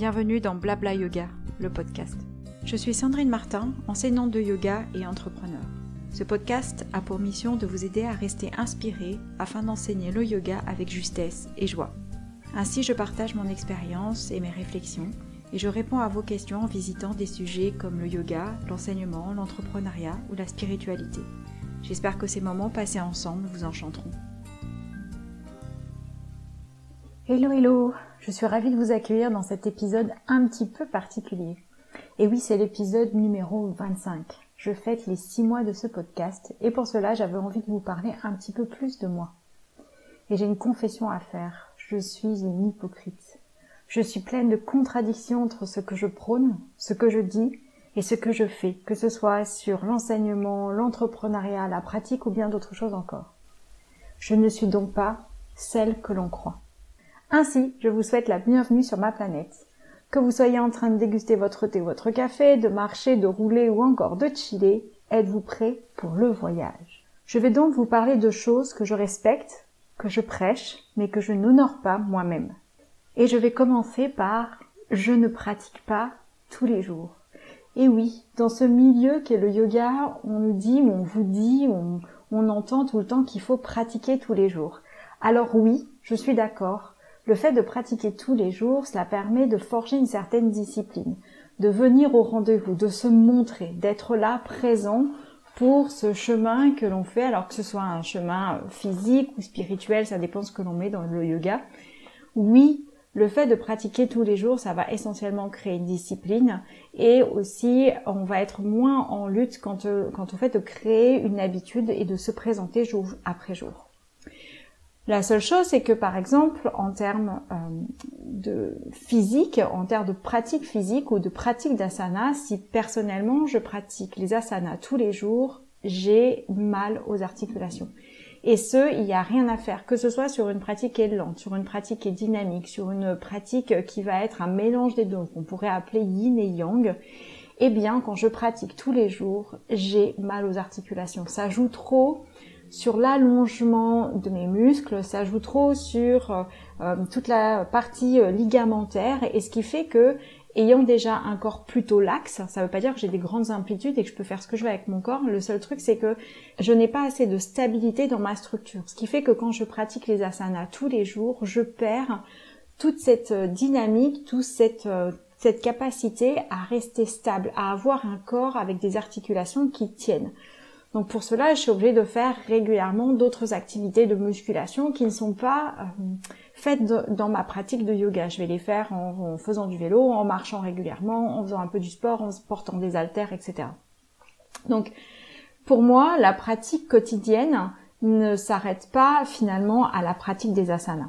bienvenue dans Blabla Yoga, le podcast. Je suis Sandrine Martin, enseignante de yoga et entrepreneur. Ce podcast a pour mission de vous aider à rester inspiré afin d'enseigner le yoga avec justesse et joie. Ainsi, je partage mon expérience et mes réflexions et je réponds à vos questions en visitant des sujets comme le yoga, l'enseignement, l'entrepreneuriat ou la spiritualité. J'espère que ces moments passés ensemble vous enchanteront. Hello, je suis ravie de vous accueillir dans cet épisode un petit peu particulier. Et oui, c'est l'épisode numéro 25. Je fête les 6 mois de ce podcast et pour cela, j'avais envie de vous parler un petit peu plus de moi. Et j'ai une confession à faire. Je suis une hypocrite. Je suis pleine de contradictions entre ce que je prône, ce que je dis et ce que je fais, que ce soit sur l'enseignement, l'entrepreneuriat, la pratique ou bien d'autres choses encore. Je ne suis donc pas celle que l'on croit. Ainsi, je vous souhaite la bienvenue sur ma planète. Que vous soyez en train de déguster votre thé ou votre café, de marcher, de rouler ou encore de chiller, êtes-vous prêts pour le voyage? Je vais donc vous parler de choses que je respecte, que je prêche, mais que je n'honore pas moi-même. Et je vais commencer par « je ne pratique pas tous les jours ». Et oui, dans ce milieu qu'est le yoga, on nous dit, on vous dit, on entend tout le temps qu'il faut pratiquer tous les jours. Alors oui, je suis d'accord. Le fait de pratiquer tous les jours, cela permet de forger une certaine discipline, de venir au rendez-vous, de se montrer, d'être là, présent pour ce chemin que l'on fait, alors que ce soit un chemin physique ou spirituel, ça dépend ce que l'on met dans le yoga. Oui, le fait de pratiquer tous les jours, ça va essentiellement créer une discipline et aussi on va être moins en lutte quant au fait de créer une habitude et de se présenter jour après jour. La seule chose, c'est que par exemple, en termes de physique, en termes de pratique physique ou de pratique d'asana, si personnellement je pratique les asanas tous les jours, j'ai mal aux articulations. Et il n'y a rien à faire, que ce soit sur une pratique qui est lente, sur une pratique qui est dynamique, sur une pratique qui va être un mélange des deux, qu'on pourrait appeler yin et yang. Eh bien, quand je pratique tous les jours, j'ai mal aux articulations. Ça joue trop sur l'allongement de mes muscles, ça joue trop sur toute la partie ligamentaire, et ce qui fait que, ayant déjà un corps plutôt laxe, ça veut pas dire que j'ai des grandes amplitudes et que je peux faire ce que je veux avec mon corps, le seul truc c'est que je n'ai pas assez de stabilité dans ma structure, ce qui fait que quand je pratique les asanas tous les jours, je perds toute cette dynamique, toute cette capacité à rester stable, à avoir un corps avec des articulations qui tiennent. Donc pour cela, je suis obligée de faire régulièrement d'autres activités de musculation qui ne sont pas faites dans ma pratique de yoga. Je vais les faire en faisant du vélo, en marchant régulièrement, en faisant un peu du sport, en portant des haltères, etc. Donc pour moi, la pratique quotidienne ne s'arrête pas finalement à la pratique des asanas.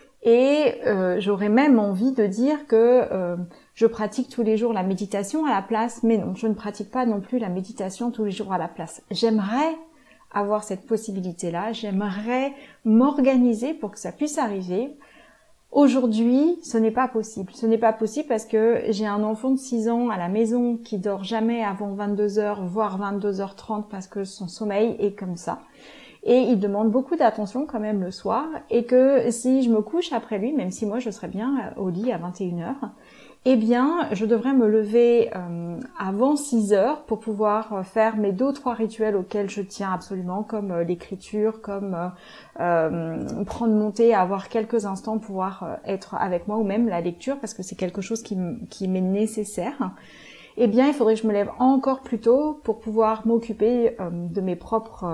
Et j'aurais même envie de dire que je pratique tous les jours la méditation à la place, mais non, je ne pratique pas non plus la méditation tous les jours à la place. J'aimerais avoir cette possibilité-là, j'aimerais m'organiser pour que ça puisse arriver. Aujourd'hui, ce n'est pas possible. Ce n'est pas possible parce que j'ai un enfant de 6 ans à la maison qui dort jamais avant 22h, voire 22h30 parce que son sommeil est comme ça. Et il demande beaucoup d'attention quand même le soir, et que si je me couche après lui, même si moi je serais bien au lit à 21h, eh bien je devrais me lever avant 6h pour pouvoir faire mes 2 ou 3 rituels auxquels je tiens absolument, comme l'écriture, comme prendre mon thé, avoir quelques instants pour pouvoir être avec moi, ou même la lecture, parce que c'est quelque chose qui m'est nécessaire. Eh bien il faudrait que je me lève encore plus tôt pour pouvoir m'occuper de mes propres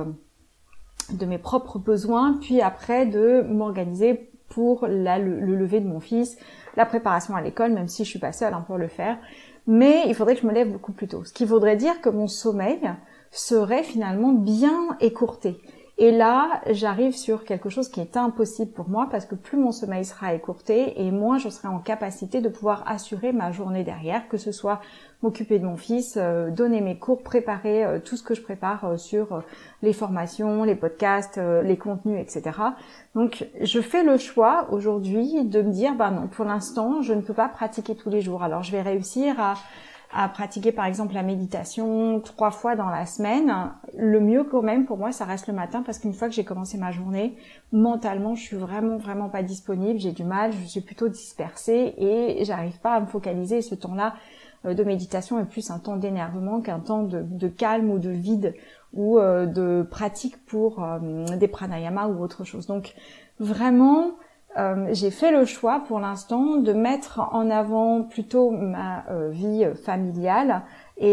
besoins, puis après de m'organiser pour le lever de mon fils, la préparation à l'école, même si je suis pas seule pour le faire. Mais il faudrait que je me lève beaucoup plus tôt. Ce qui voudrait dire que mon sommeil serait finalement bien écourté. Et là, j'arrive sur quelque chose qui est impossible pour moi, parce que plus mon sommeil sera écourté et moins je serai en capacité de pouvoir assurer ma journée derrière, que ce soit m'occuper de mon fils, donner mes cours, préparer tout ce que je prépare sur les formations, les podcasts, les contenus, etc. Donc, je fais le choix aujourd'hui de me dire, non, pour l'instant, je ne peux pas pratiquer tous les jours. Alors, je vais réussir à à pratiquer par exemple la méditation 3 fois dans la semaine, le mieux quand même pour moi ça reste le matin parce qu'une fois que j'ai commencé ma journée, mentalement je suis vraiment pas disponible, j'ai du mal, je suis plutôt dispersée et j'arrive pas à me focaliser. Ce temps-là de méditation est plus un temps d'énervement qu'un temps de calme ou de vide ou de pratique pour des pranayamas ou autre chose. Donc vraiment j'ai fait le choix pour l'instant de mettre en avant plutôt ma vie familiale et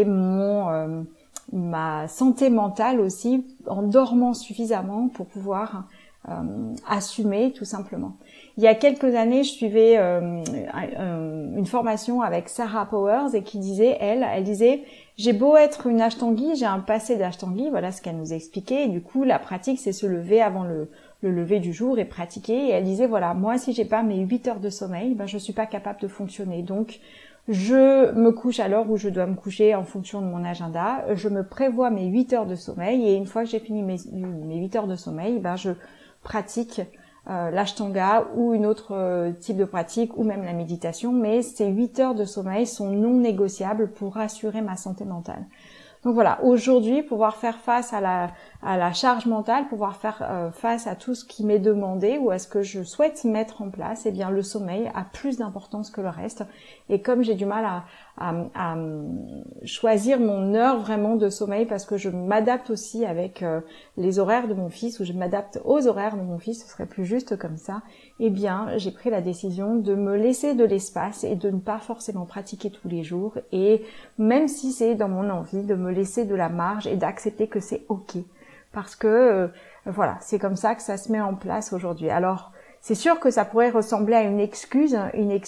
ma santé mentale aussi en dormant suffisamment pour pouvoir assumer tout simplement. Il y a quelques années, je suivais une formation avec Sarah Powers et qui disait, elle disait « J'ai beau être une Ashtanghi, j'ai un passé d'Ashtanghi », voilà ce qu'elle nous expliquait. Et du coup, la pratique, c'est se lever avant le lever du jour et pratiquer. Et elle disait, voilà, moi, si j'ai pas mes 8 heures de sommeil, je suis pas capable de fonctionner. Donc, je me couche à l'heure où je dois me coucher en fonction de mon agenda. Je me prévois mes 8 heures de sommeil et une fois que j'ai fini mes 8 heures de sommeil, je pratique l'ashtanga ou une autre type de pratique ou même la méditation. Mais ces 8 heures de sommeil sont non négociables pour assurer ma santé mentale. Donc voilà, aujourd'hui, pouvoir faire face à la charge mentale, pouvoir faire face à tout ce qui m'est demandé ou à ce que je souhaite mettre en place, eh bien le sommeil a plus d'importance que le reste. Et comme j'ai du mal à choisir mon heure vraiment de sommeil parce que je m'adapte aussi avec les horaires de mon fils ou je m'adapte aux horaires de mon fils, ce serait plus juste comme ça, eh bien j'ai pris la décision de me laisser de l'espace et de ne pas forcément pratiquer tous les jours et même si c'est dans mon envie de me laisser de la marge et d'accepter que c'est ok parce que voilà, c'est comme ça que ça se met en place aujourd'hui. Alors c'est sûr que ça pourrait ressembler à une excuse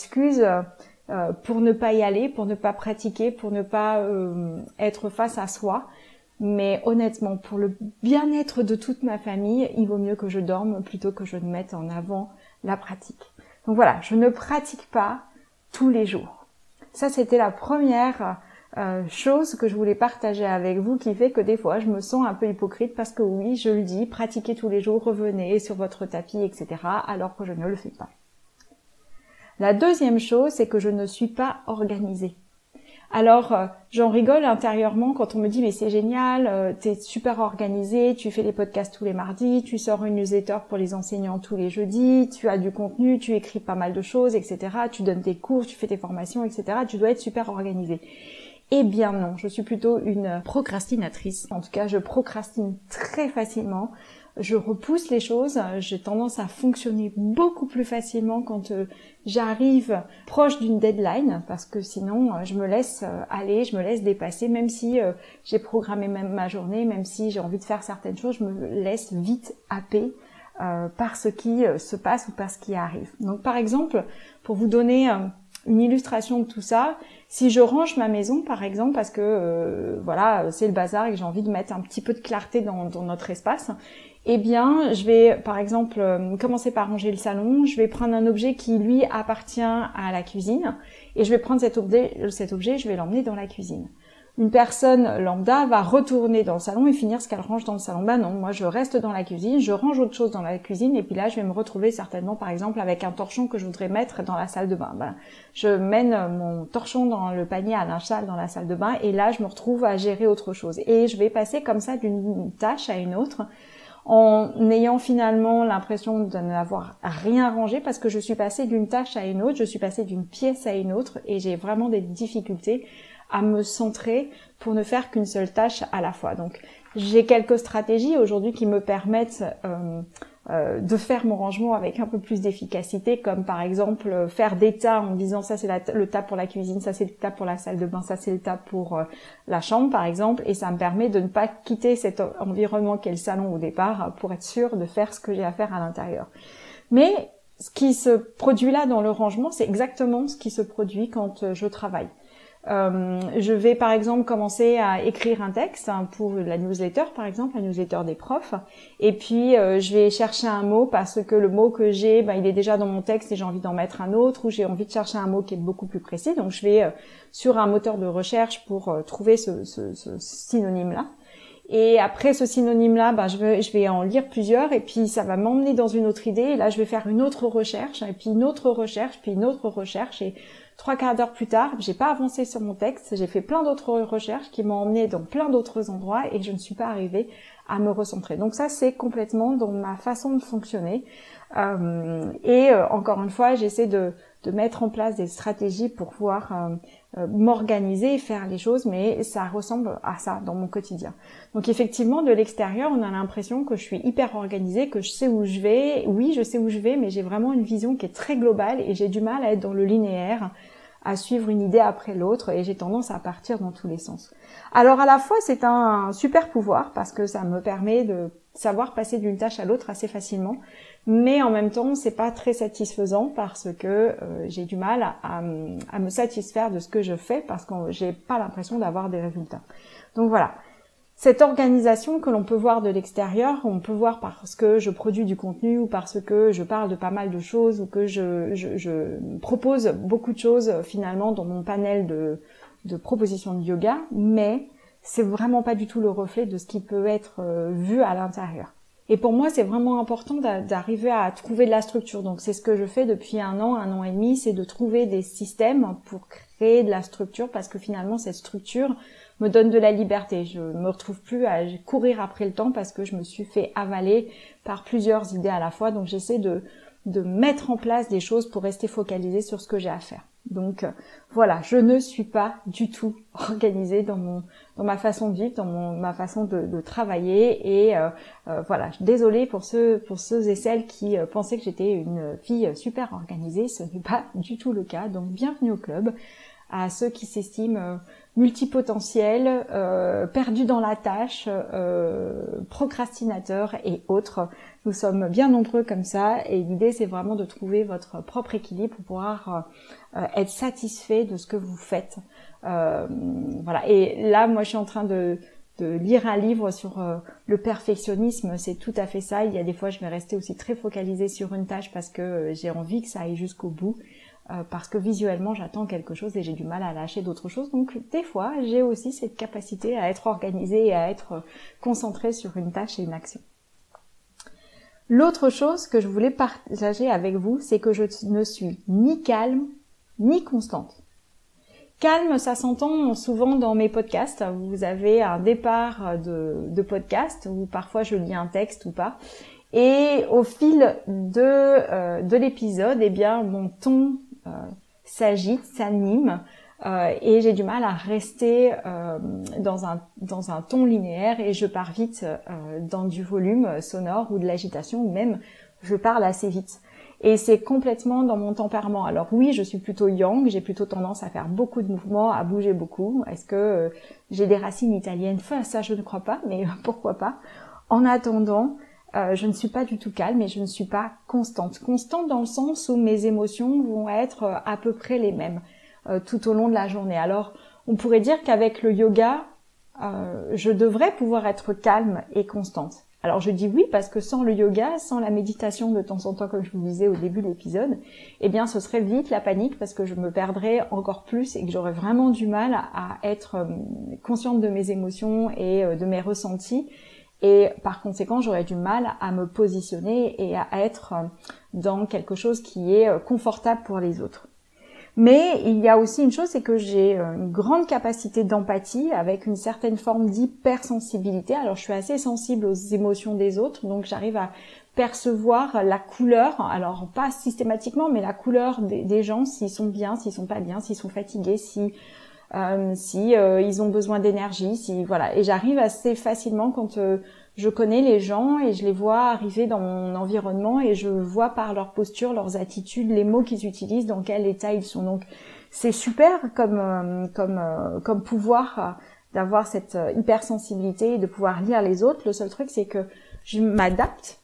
pour ne pas y aller, pour ne pas pratiquer, pour ne pas être face à soi. Mais honnêtement, pour le bien-être de toute ma famille, il vaut mieux que je dorme plutôt que je ne mette en avant la pratique. Donc voilà, je ne pratique pas tous les jours. Ça, c'était la première chose que je voulais partager avec vous qui fait que des fois, je me sens un peu hypocrite parce que oui, je le dis, pratiquez tous les jours, revenez sur votre tapis, etc. alors que je ne le fais pas. La deuxième chose, c'est que je ne suis pas organisée. Alors, j'en rigole intérieurement quand on me dit « mais c'est génial, t'es super organisée, tu fais les podcasts tous les mardis, tu sors une newsletter pour les enseignants tous les jeudis, tu as du contenu, tu écris pas mal de choses, etc. Tu donnes tes cours, tu fais tes formations, etc. Tu dois être super organisée. » Eh bien non, je suis plutôt une procrastinatrice. En tout cas, je procrastine très facilement. Je repousse les choses, j'ai tendance à fonctionner beaucoup plus facilement quand j'arrive proche d'une deadline parce que sinon je me laisse aller, je me laisse dépasser même si j'ai programmé même ma journée, même si j'ai envie de faire certaines choses, je me laisse vite happer par ce qui se passe ou par ce qui arrive. Donc par exemple, pour vous donner une illustration de tout ça, si je range ma maison par exemple parce que voilà, c'est le bazar et que j'ai envie de mettre un petit peu de clarté dans notre espace, eh bien, je vais, par exemple, commencer par ranger le salon. Je vais prendre un objet qui, lui, appartient à la cuisine. Et je vais prendre cet objet, je vais l'emmener dans la cuisine. Une personne lambda va retourner dans le salon et finir ce qu'elle range dans le salon. Non, moi, je reste dans la cuisine, je range autre chose dans la cuisine. Et puis là, je vais me retrouver certainement, par exemple, avec un torchon que je voudrais mettre dans la salle de bain. Je mène mon torchon dans le panier à linge sale dans la salle de bain. Et là, je me retrouve à gérer autre chose. Et je vais passer comme ça d'une tâche à une autre, en ayant finalement l'impression de n'avoir rien rangé parce que je suis passée d'une tâche à une autre, je suis passée d'une pièce à une autre et j'ai vraiment des difficultés à me centrer pour ne faire qu'une seule tâche à la fois. Donc j'ai quelques stratégies aujourd'hui qui me permettent de faire mon rangement avec un peu plus d'efficacité, comme par exemple faire des tas en disant ça c'est le tas pour la cuisine, ça c'est le tas pour la salle de bain, ça c'est le tas pour la chambre par exemple, et ça me permet de ne pas quitter cet environnement qu'est le salon au départ pour être sûre de faire ce que j'ai à faire à l'intérieur. Mais ce qui se produit là dans le rangement, c'est exactement ce qui se produit quand je travaille. Je vais par exemple commencer à écrire un texte pour la newsletter par exemple, la newsletter des profs, et puis je vais chercher un mot parce que le mot que j'ai, il est déjà dans mon texte et j'ai envie d'en mettre un autre, ou j'ai envie de chercher un mot qui est beaucoup plus précis, donc je vais sur un moteur de recherche pour trouver ce synonyme-là. Et après ce synonyme-là, je vais en lire plusieurs et puis ça va m'emmener dans une autre idée. Et là, je vais faire une autre recherche et puis une autre recherche, puis une autre recherche. Et 3/4 d'heure plus tard, j'ai pas avancé sur mon texte. J'ai fait plein d'autres recherches qui m'ont emmené dans plein d'autres endroits et je ne suis pas arrivée à me recentrer. Donc ça, c'est complètement dans ma façon de fonctionner. Encore une fois, j'essaie de mettre en place des stratégies pour pouvoir m'organiser et faire les choses, mais ça ressemble à ça dans mon quotidien. Donc effectivement, de l'extérieur, on a l'impression que je suis hyper organisée, que je sais où je vais. Oui, je sais où je vais, mais j'ai vraiment une vision qui est très globale et j'ai du mal à être dans le linéaire, à suivre une idée après l'autre et j'ai tendance à partir dans tous les sens. Alors à la fois, c'est un super pouvoir parce que ça me permet de savoir passer d'une tâche à l'autre assez facilement, mais en même temps, c'est pas très satisfaisant parce que j'ai du mal à me satisfaire de ce que je fais parce que j'ai pas l'impression d'avoir des résultats. Donc voilà. Cette organisation que l'on peut voir de l'extérieur, on peut voir parce que je produis du contenu ou parce que je parle de pas mal de choses ou que je propose beaucoup de choses finalement dans mon panel de propositions de yoga, mais c'est vraiment pas du tout le reflet de ce qui peut être vu à l'intérieur. Et pour moi, c'est vraiment important d'arriver à trouver de la structure. Donc c'est ce que je fais depuis 1 an et demi, c'est de trouver des systèmes pour créer de la structure parce que finalement cette structure me donne de la liberté. Je me retrouve plus à courir après le temps parce que je me suis fait avaler par plusieurs idées à la fois. Donc j'essaie de mettre en place des choses pour rester focalisée sur ce que j'ai à faire. Donc voilà, je ne suis pas du tout organisée dans ma façon de vivre, dans ma façon de travailler et voilà, désolée pour ceux et celles qui pensaient que j'étais une fille super organisée, ce n'est pas du tout le cas. Donc bienvenue au club. À ceux qui s'estiment multipotentiels, perdus dans la tâche, procrastinateurs et autres. Nous sommes bien nombreux comme ça et l'idée c'est vraiment de trouver votre propre équilibre pour pouvoir être satisfait de ce que vous faites. Voilà. Et là, moi je suis en train de lire un livre sur le perfectionnisme, c'est tout à fait ça. Il y a des fois je vais rester aussi très focalisée sur une tâche parce que j'ai envie que ça aille jusqu'au bout. Parce que visuellement j'attends quelque chose et j'ai du mal à lâcher d'autres choses. Donc des fois j'ai aussi cette capacité à être organisée et à être concentrée sur une tâche et une action. L'autre chose que je voulais partager avec vous, c'est que je ne suis ni calme ni constante. Calme, ça s'entend souvent dans mes podcasts. Vous avez un départ de podcast où parfois je lis un texte ou pas. Et au fil de l'épisode, eh bien mon ton s'agite, s'anime et j'ai du mal à rester dans un ton linéaire et je pars vite dans du volume sonore ou de l'agitation ou même je parle assez vite. Et c'est complètement dans mon tempérament. Alors oui, je suis plutôt yang, j'ai plutôt tendance à faire beaucoup de mouvements, à bouger beaucoup. Est-ce que j'ai des racines italiennes? Enfin, ça je ne crois pas, mais pourquoi pas. En attendant, je ne suis pas du tout calme et je ne suis pas constante. Constante dans le sens où mes émotions vont être à peu près les mêmes tout au long de la journée. Alors, on pourrait dire qu'avec le yoga, je devrais pouvoir être calme et constante. Alors, je dis oui parce que sans le yoga, sans la méditation de temps en temps, comme je vous disais au début de l'épisode, eh bien, ce serait vite la panique parce que je me perdrais encore plus et que j'aurais vraiment du mal à être consciente de mes émotions et de mes ressentis. Et par conséquent, j'aurais du mal à me positionner et à être dans quelque chose qui est confortable pour les autres. Mais il y a aussi une chose, c'est que j'ai une grande capacité d'empathie avec une certaine forme d'hypersensibilité. Alors je suis assez sensible aux émotions des autres, donc j'arrive à percevoir la couleur, alors pas systématiquement, mais la couleur des gens, s'ils sont bien, s'ils sont pas bien, s'ils sont fatigués, si ils ont besoin d'énergie, voilà. Et j'arrive assez facilement quand je connais les gens et je les vois arriver dans mon environnement et je vois par leur posture, leurs attitudes, les mots qu'ils utilisent, dans quel état ils sont. Donc c'est super comme pouvoir d'avoir cette hypersensibilité et de pouvoir lire les autres. Le seul truc c'est que je m'adapte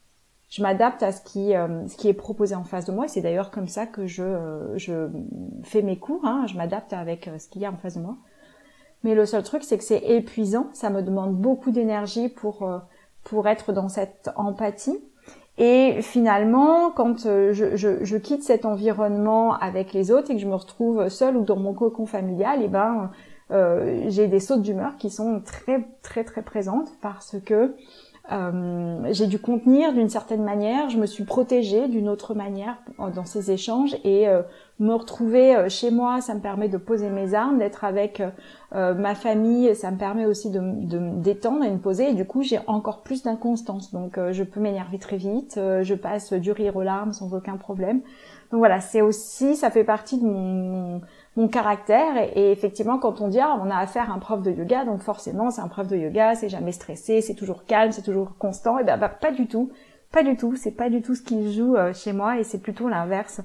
à ce qui est proposé en face de moi. Et c'est d'ailleurs comme ça que je fais mes cours, hein. Je m'adapte avec ce qu'il y a en face de moi. Mais le seul truc, c'est que c'est épuisant. Ça me demande beaucoup d'énergie pour être dans cette empathie. Et finalement, quand je quitte cet environnement avec les autres et que je me retrouve seule ou dans mon cocon familial, j'ai des sautes d'humeur qui sont très très très présentes parce que j'ai dû contenir d'une certaine manière, je me suis protégée d'une autre manière dans ces échanges et me retrouver chez moi, ça me permet de poser mes armes, d'être avec ma famille, ça me permet aussi de me détendre et de me poser et du coup j'ai encore plus d'inconstance, donc je peux m'énerver très vite, je passe du rire aux larmes sans aucun problème. Donc voilà, c'est aussi, ça fait partie de mon caractère et effectivement quand on dit on a affaire à un prof de yoga, donc forcément c'est un prof de yoga, c'est jamais stressé, c'est toujours calme, c'est toujours constant, et pas du tout, c'est pas du tout ce qui se joue chez moi et c'est plutôt l'inverse.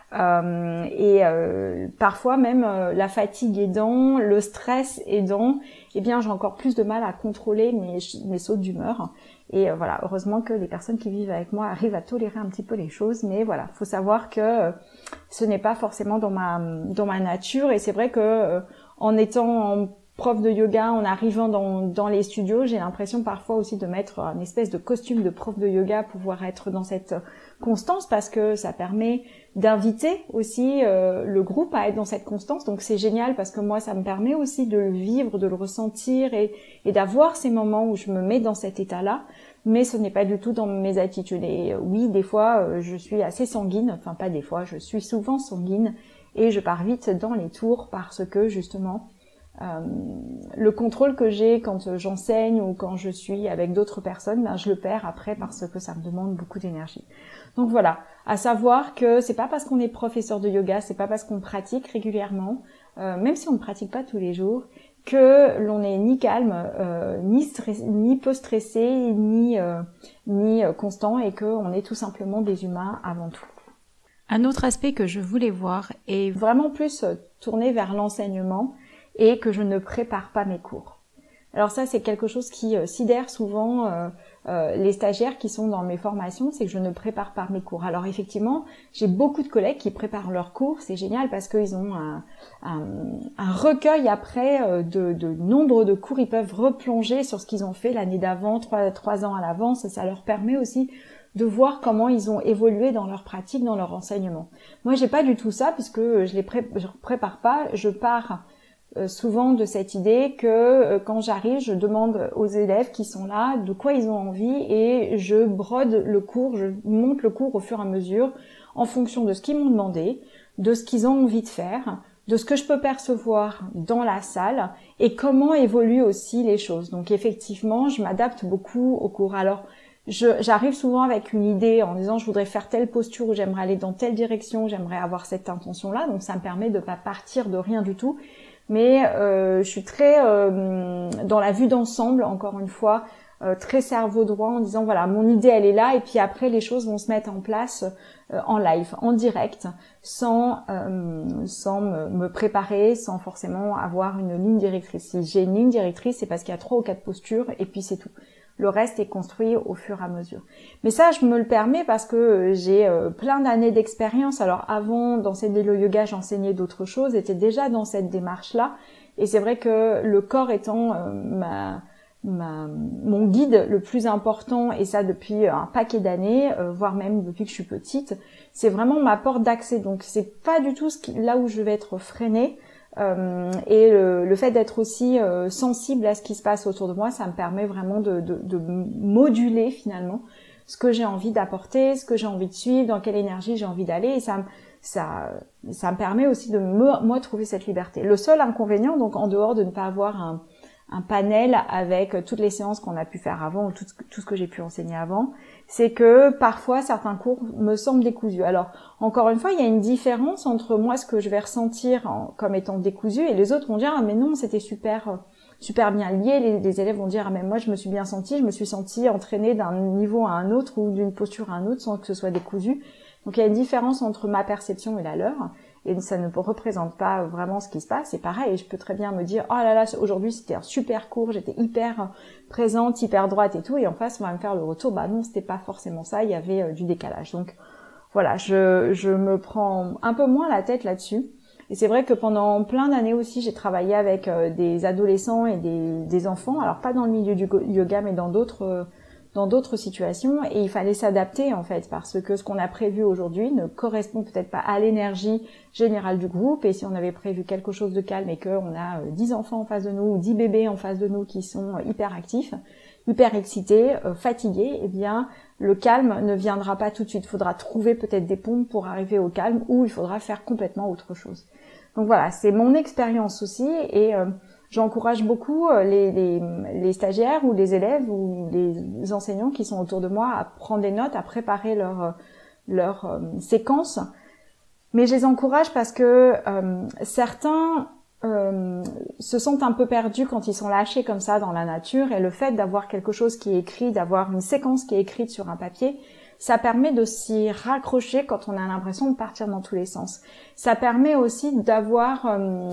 Parfois même la fatigue aidant, le stress aidant, eh bien j'ai encore plus de mal à contrôler mes sautes d'humeur. Et voilà, heureusement que les personnes qui vivent avec moi arrivent à tolérer un petit peu les choses, mais voilà, faut savoir que ce n'est pas forcément dans ma nature. Et c'est vrai que en étant prof de yoga, en arrivant dans les studios, j'ai l'impression parfois aussi de mettre une espèce de costume de prof de yoga pour pouvoir être dans cette constance, parce que ça permet d'inviter aussi le groupe à être dans cette constance. Donc c'est génial parce que moi ça me permet aussi de le vivre, de le ressentir et d'avoir ces moments où je me mets dans cet état-là, mais ce n'est pas du tout dans mes attitudes. Et oui, des fois je suis assez sanguine, enfin pas des fois, je suis souvent sanguine et je pars vite dans les tours parce que justement le contrôle que j'ai quand j'enseigne ou quand je suis avec d'autres personnes, je le perds après parce que ça me demande beaucoup d'énergie. Donc voilà, à savoir que c'est pas parce qu'on est professeur de yoga, c'est pas parce qu'on pratique régulièrement, même si on ne pratique pas tous les jours, que l'on n'est ni calme, ni peu stressé, ni constant, et qu'on est tout simplement des humains avant tout. Un autre aspect que je voulais voir est vraiment plus tourné vers l'enseignement et que je ne prépare pas mes cours. Alors ça, c'est quelque chose qui sidère souvent les stagiaires qui sont dans mes formations, c'est que je ne prépare pas mes cours. Alors effectivement, j'ai beaucoup de collègues qui préparent leurs cours, c'est génial parce qu'ils ont un recueil après de nombre de cours, ils peuvent replonger sur ce qu'ils ont fait l'année d'avant, 3 ans à l'avance, et ça leur permet aussi de voir comment ils ont évolué dans leur pratique, dans leur enseignement. Moi, j'ai pas du tout ça puisque je prépare pas, je pars souvent de cette idée que quand j'arrive, je demande aux élèves qui sont là de quoi ils ont envie et je brode le cours, je monte le cours au fur et à mesure en fonction de ce qu'ils m'ont demandé, de ce qu'ils ont envie de faire, de ce que je peux percevoir dans la salle et comment évoluent aussi les choses. Donc effectivement, je m'adapte beaucoup au cours. Alors, j'arrive souvent avec une idée en disant je voudrais faire telle posture ou j'aimerais aller dans telle direction, j'aimerais avoir cette intention-là. Donc ça me permet de pas partir de rien du tout. Mais je suis très dans la vue d'ensemble, encore une fois, très cerveau droit en disant voilà, mon idée elle est là et puis après les choses vont se mettre en place en live, en direct, sans me préparer, sans forcément avoir une ligne directrice. Si j'ai une ligne directrice, c'est parce qu'il y a 3 ou 4 postures et puis c'est tout. Le reste est construit au fur et à mesure. Mais ça, je me le permets parce que j'ai plein d'années d'expérience. Alors avant, dans le yoga, j'enseignais d'autres choses, j'étais déjà dans cette démarche-là. Et c'est vrai que le corps étant mon guide le plus important, et ça depuis un paquet d'années, voire même depuis que je suis petite, c'est vraiment ma porte d'accès. Donc c'est pas du tout là où je vais être freinée. Et le fait d'être aussi sensible à ce qui se passe autour de moi, ça me permet vraiment de moduler finalement ce que j'ai envie d'apporter, ce que j'ai envie de suivre, dans quelle énergie j'ai envie d'aller, et ça me permet aussi de moi trouver cette liberté. Le seul inconvénient, donc en dehors de ne pas avoir un panel avec toutes les séances qu'on a pu faire avant ou tout ce que j'ai pu enseigner avant, c'est que parfois certains cours me semblent décousus. Alors encore une fois, il y a une différence entre moi ce que je vais ressentir comme étant décousu et les autres vont dire ah mais non, c'était super bien lié. Les élèves vont dire ah mais moi je me suis bien sentie, je me suis sentie entraînée d'un niveau à un autre ou d'une posture à un autre sans que ce soit décousu. Donc il y a une différence entre ma perception et la leur. Et ça ne représente pas vraiment ce qui se passe. C'est pareil, je peux très bien me dire, oh là là, aujourd'hui c'était un super cours, j'étais hyper présente, hyper droite et tout, et en face on va me faire le retour, bah non, c'était pas forcément ça, il y avait du décalage. Donc voilà, je me prends un peu moins la tête là-dessus. Et c'est vrai que pendant plein d'années aussi, j'ai travaillé avec des adolescents et des enfants, alors pas dans le milieu du yoga, mais dans d'autres dans d'autres situations et il fallait s'adapter en fait parce que ce qu'on a prévu aujourd'hui ne correspond peut-être pas à l'énergie générale du groupe et si on avait prévu quelque chose de calme et qu'on a 10 enfants en face de nous ou 10 bébés en face de nous qui sont hyper actifs, hyper excités, fatigués, eh bien le calme ne viendra pas tout de suite. Il faudra trouver peut-être des ponts pour arriver au calme ou il faudra faire complètement autre chose. Donc voilà, c'est mon expérience aussi et j'encourage beaucoup les stagiaires ou les élèves ou les enseignants qui sont autour de moi à prendre des notes, à préparer leur séquence. Mais je les encourage parce que certains se sentent un peu perdus quand ils sont lâchés comme ça dans la nature et le fait d'avoir quelque chose qui est écrit, d'avoir une séquence qui est écrite sur un papier, ça permet de s'y raccrocher quand on a l'impression de partir dans tous les sens. Ça permet aussi d'avoir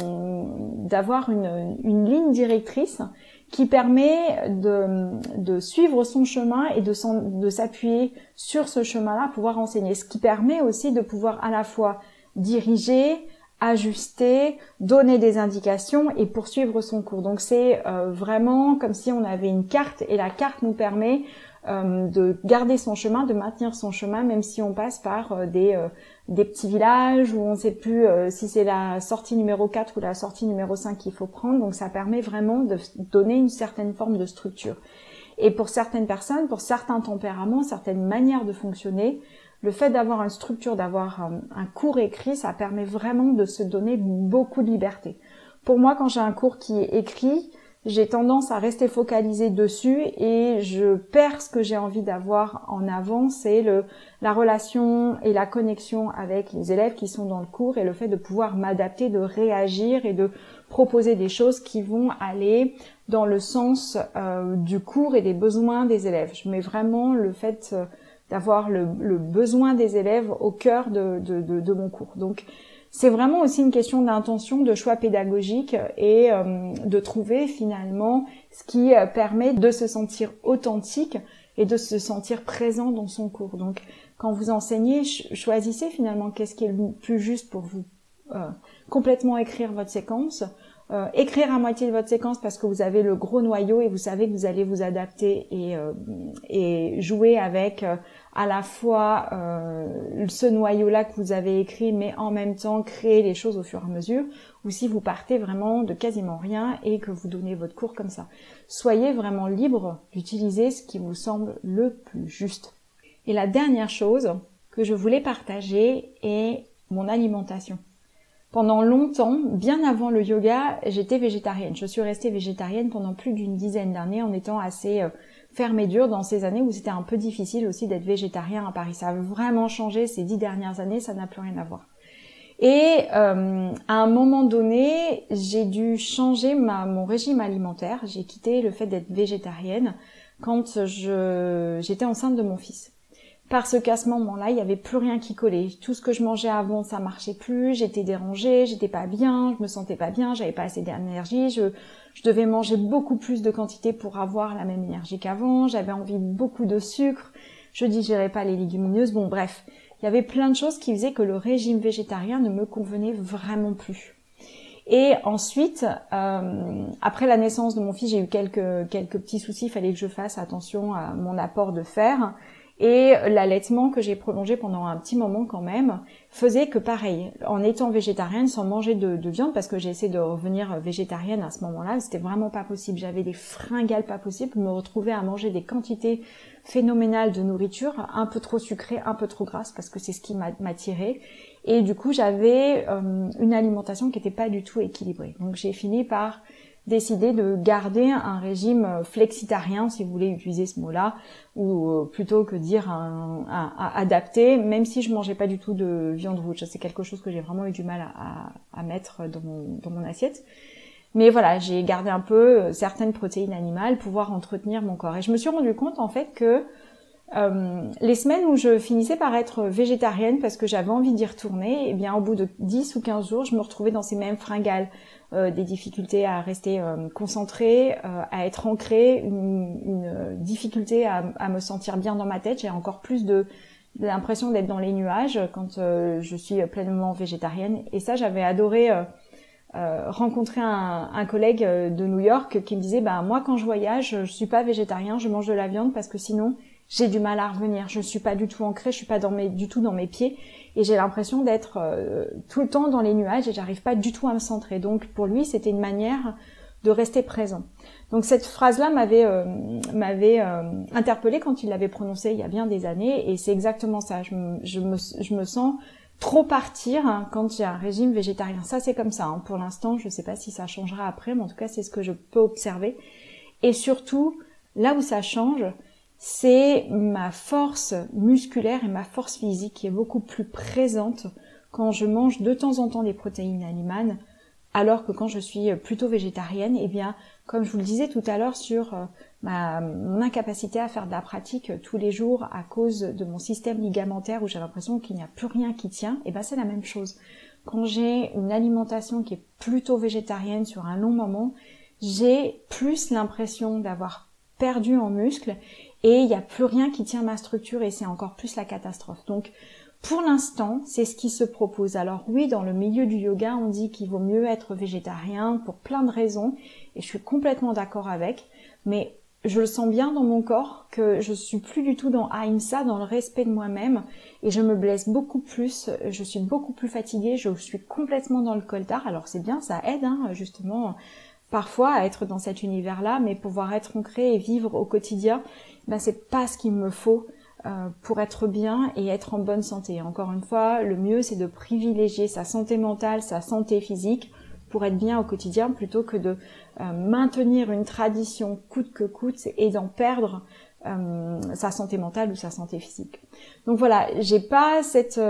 une ligne directrice qui permet de suivre son chemin et de s'appuyer sur ce chemin-là pour pouvoir enseigner. Ce qui permet aussi de pouvoir à la fois diriger, ajuster, donner des indications et poursuivre son cours. Donc c'est vraiment comme si on avait une carte et la carte nous permet de garder son chemin, de maintenir son chemin, même si on passe par des petits villages où on ne sait plus si c'est la sortie numéro 4 ou la sortie numéro 5 qu'il faut prendre. Donc ça permet vraiment de donner une certaine forme de structure. Et pour certaines personnes, pour certains tempéraments, certaines manières de fonctionner, le fait d'avoir une structure, d'avoir un cours écrit, ça permet vraiment de se donner beaucoup de liberté. Pour moi, quand j'ai un cours qui est écrit, j'ai tendance à rester focalisée dessus et je perds ce que j'ai envie d'avoir en avant, c'est la relation et la connexion avec les élèves qui sont dans le cours et le fait de pouvoir m'adapter, de réagir et de proposer des choses qui vont aller dans le sens du cours et des besoins des élèves. Je mets vraiment le fait d'avoir le besoin des élèves au cœur de mon cours. Donc c'est vraiment aussi une question d'intention, de choix pédagogique et de trouver finalement ce qui permet de se sentir authentique et de se sentir présent dans son cours. Donc quand vous enseignez, choisissez finalement qu'est-ce qui est le plus juste pour vous. Complètement écrire votre séquence, écrire à moitié de votre séquence parce que vous avez le gros noyau et vous savez que vous allez vous adapter et jouer avec à la fois ce noyau-là que vous avez écrit, mais en même temps créer les choses au fur et à mesure, ou si vous partez vraiment de quasiment rien et que vous donnez votre cours comme ça. Soyez vraiment libre d'utiliser ce qui vous semble le plus juste. Et la dernière chose que je voulais partager est mon alimentation. Pendant longtemps, bien avant le yoga, j'étais végétarienne. Je suis restée végétarienne pendant plus d'une dizaine d'années en étant assez ferme et dure dans ces années où c'était un peu difficile aussi d'être végétarien à Paris. Ça a vraiment changé ces 10 dernières années, ça n'a plus rien à voir. Et à un moment donné, j'ai dû changer mon régime alimentaire. J'ai quitté le fait d'être végétarienne quand j'étais enceinte de mon fils. Parce qu'à ce moment-là, il n'y avait plus rien qui collait. Tout ce que je mangeais avant, ça marchait plus, j'étais dérangée, j'étais pas bien, je me sentais pas bien, j'avais pas assez d'énergie, je devais manger beaucoup plus de quantité pour avoir la même énergie qu'avant, j'avais envie de beaucoup de sucre, je digérais pas les légumineuses, bon bref. Il y avait plein de choses qui faisaient que le régime végétarien ne me convenait vraiment plus. Et ensuite, après la naissance de mon fils, j'ai eu quelques petits soucis, il fallait que je fasse attention à mon apport de fer. Et l'allaitement que j'ai prolongé pendant un petit moment quand même faisait que pareil, en étant végétarienne sans manger de viande, parce que j'ai essayé de revenir végétarienne à ce moment-là, c'était vraiment pas possible. J'avais des fringales pas possibles, je me retrouvais à manger des quantités phénoménales de nourriture, un peu trop sucrée, un peu trop grasse, parce que c'est ce qui m'attirait. Et du coup, j'avais une alimentation qui n'était pas du tout équilibrée. Donc j'ai fini par décider de garder un régime flexitarien, si vous voulez utiliser ce mot-là, ou plutôt que dire adapté, même si je mangeais pas du tout de viande rouge. C'est quelque chose que j'ai vraiment eu du mal à mettre dans mon assiette. Mais voilà, j'ai gardé un peu certaines protéines animales pour pouvoir entretenir mon corps. Et je me suis rendu compte en fait que les semaines où je finissais par être végétarienne parce que j'avais envie d'y retourner, eh bien au bout de 10 ou 15 jours, je me retrouvais dans ces mêmes fringales, des difficultés à rester concentrée, à être ancrée, une difficulté à me sentir bien dans ma tête. J'ai encore plus de l'impression d'être dans les nuages quand je suis pleinement végétarienne. Et ça, j'avais adoré rencontré un collègue de New York qui me disait moi quand je voyage, je suis pas végétarien, je mange de la viande parce que sinon j'ai du mal à revenir, je suis pas du tout ancrée, je suis pas du tout dans mes pieds et j'ai l'impression d'être tout le temps dans les nuages et j'arrive pas du tout à me centrer. Donc pour lui, c'était une manière de rester présent. Donc cette phrase-là m'avait interpellée quand il l'avait prononcée il y a bien des années et c'est exactement ça. Je me sens trop partir quand j'ai un régime végétarien. Ça, c'est comme ça. Pour l'instant, je ne sais pas si ça changera après, mais en tout cas, c'est ce que je peux observer. Et surtout, là où ça change, c'est ma force musculaire et ma force physique qui est beaucoup plus présente quand je mange de temps en temps des protéines animales, alors que quand je suis plutôt végétarienne, comme je vous le disais tout à l'heure sur mon incapacité à faire de la pratique tous les jours à cause de mon système ligamentaire où j'ai l'impression qu'il n'y a plus rien qui tient, c'est la même chose. Quand j'ai une alimentation qui est plutôt végétarienne sur un long moment, j'ai plus l'impression d'avoir perdu en muscle et il n'y a plus rien qui tient ma structure et c'est encore plus la catastrophe. Donc pour l'instant, c'est ce qui se propose. Alors oui, dans le milieu du yoga, on dit qu'il vaut mieux être végétarien pour plein de raisons et je suis complètement d'accord avec, mais je le sens bien dans mon corps que je suis plus du tout dans Ahimsa, dans le respect de moi-même et je me blesse beaucoup plus, je suis beaucoup plus fatiguée, je suis complètement dans le coltard. Alors c'est bien, ça aide justement parfois à être dans cet univers-là, mais pouvoir être ancré et vivre au quotidien, c'est pas ce qu'il me faut pour être bien et être en bonne santé. Encore une fois, le mieux c'est de privilégier sa santé mentale, sa santé physique pour être bien au quotidien plutôt que de maintenir une tradition coûte que coûte et d'en perdre sa santé mentale ou sa santé physique. Donc voilà, j'ai pas cette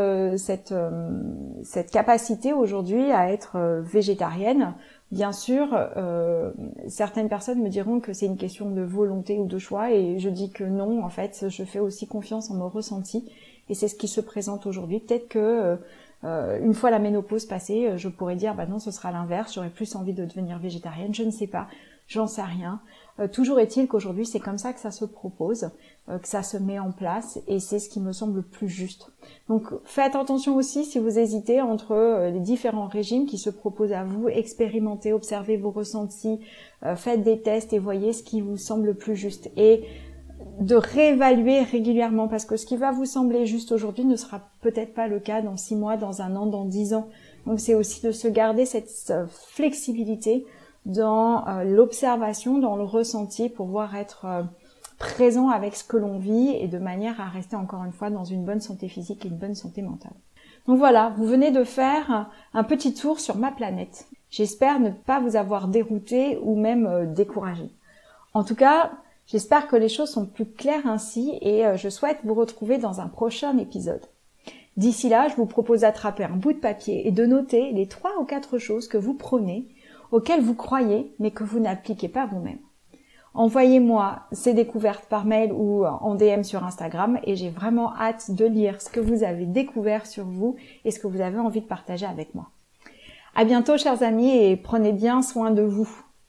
capacité aujourd'hui à être végétarienne. Bien sûr, certaines personnes me diront que c'est une question de volonté ou de choix et je dis que non, en fait, je fais aussi confiance en mon ressenti et c'est ce qui se présente aujourd'hui. Peut-être que une fois la ménopause passée, je pourrais dire non, ce sera l'inverse, j'aurais plus envie de devenir végétarienne, je ne sais pas, j'en sais rien. Toujours est-il qu'aujourd'hui c'est comme ça que ça se propose, que ça se met en place et c'est ce qui me semble le plus juste. Donc faites attention aussi si vous hésitez entre les différents régimes qui se proposent à vous, expérimentez, observez vos ressentis, faites des tests et voyez ce qui vous semble le plus juste. Et de réévaluer régulièrement parce que ce qui va vous sembler juste aujourd'hui ne sera peut-être pas le cas dans 6 mois, dans 1 an, dans 10 ans. Donc c'est aussi de se garder cette flexibilité dans l'observation, dans le ressenti pour pouvoir être présent avec ce que l'on vit et de manière à rester encore une fois dans une bonne santé physique et une bonne santé mentale. Donc voilà, vous venez de faire un petit tour sur ma planète. J'espère ne pas vous avoir dérouté ou même découragé. En tout cas, j'espère que les choses sont plus claires ainsi et je souhaite vous retrouver dans un prochain épisode. D'ici là, je vous propose d'attraper un bout de papier et de noter les 3 ou 4 choses que vous prônez, auxquelles vous croyez mais que vous n'appliquez pas vous-même. Envoyez-moi ces découvertes par mail ou en DM sur Instagram et j'ai vraiment hâte de lire ce que vous avez découvert sur vous et ce que vous avez envie de partager avec moi. À bientôt chers amis et prenez bien soin de vous.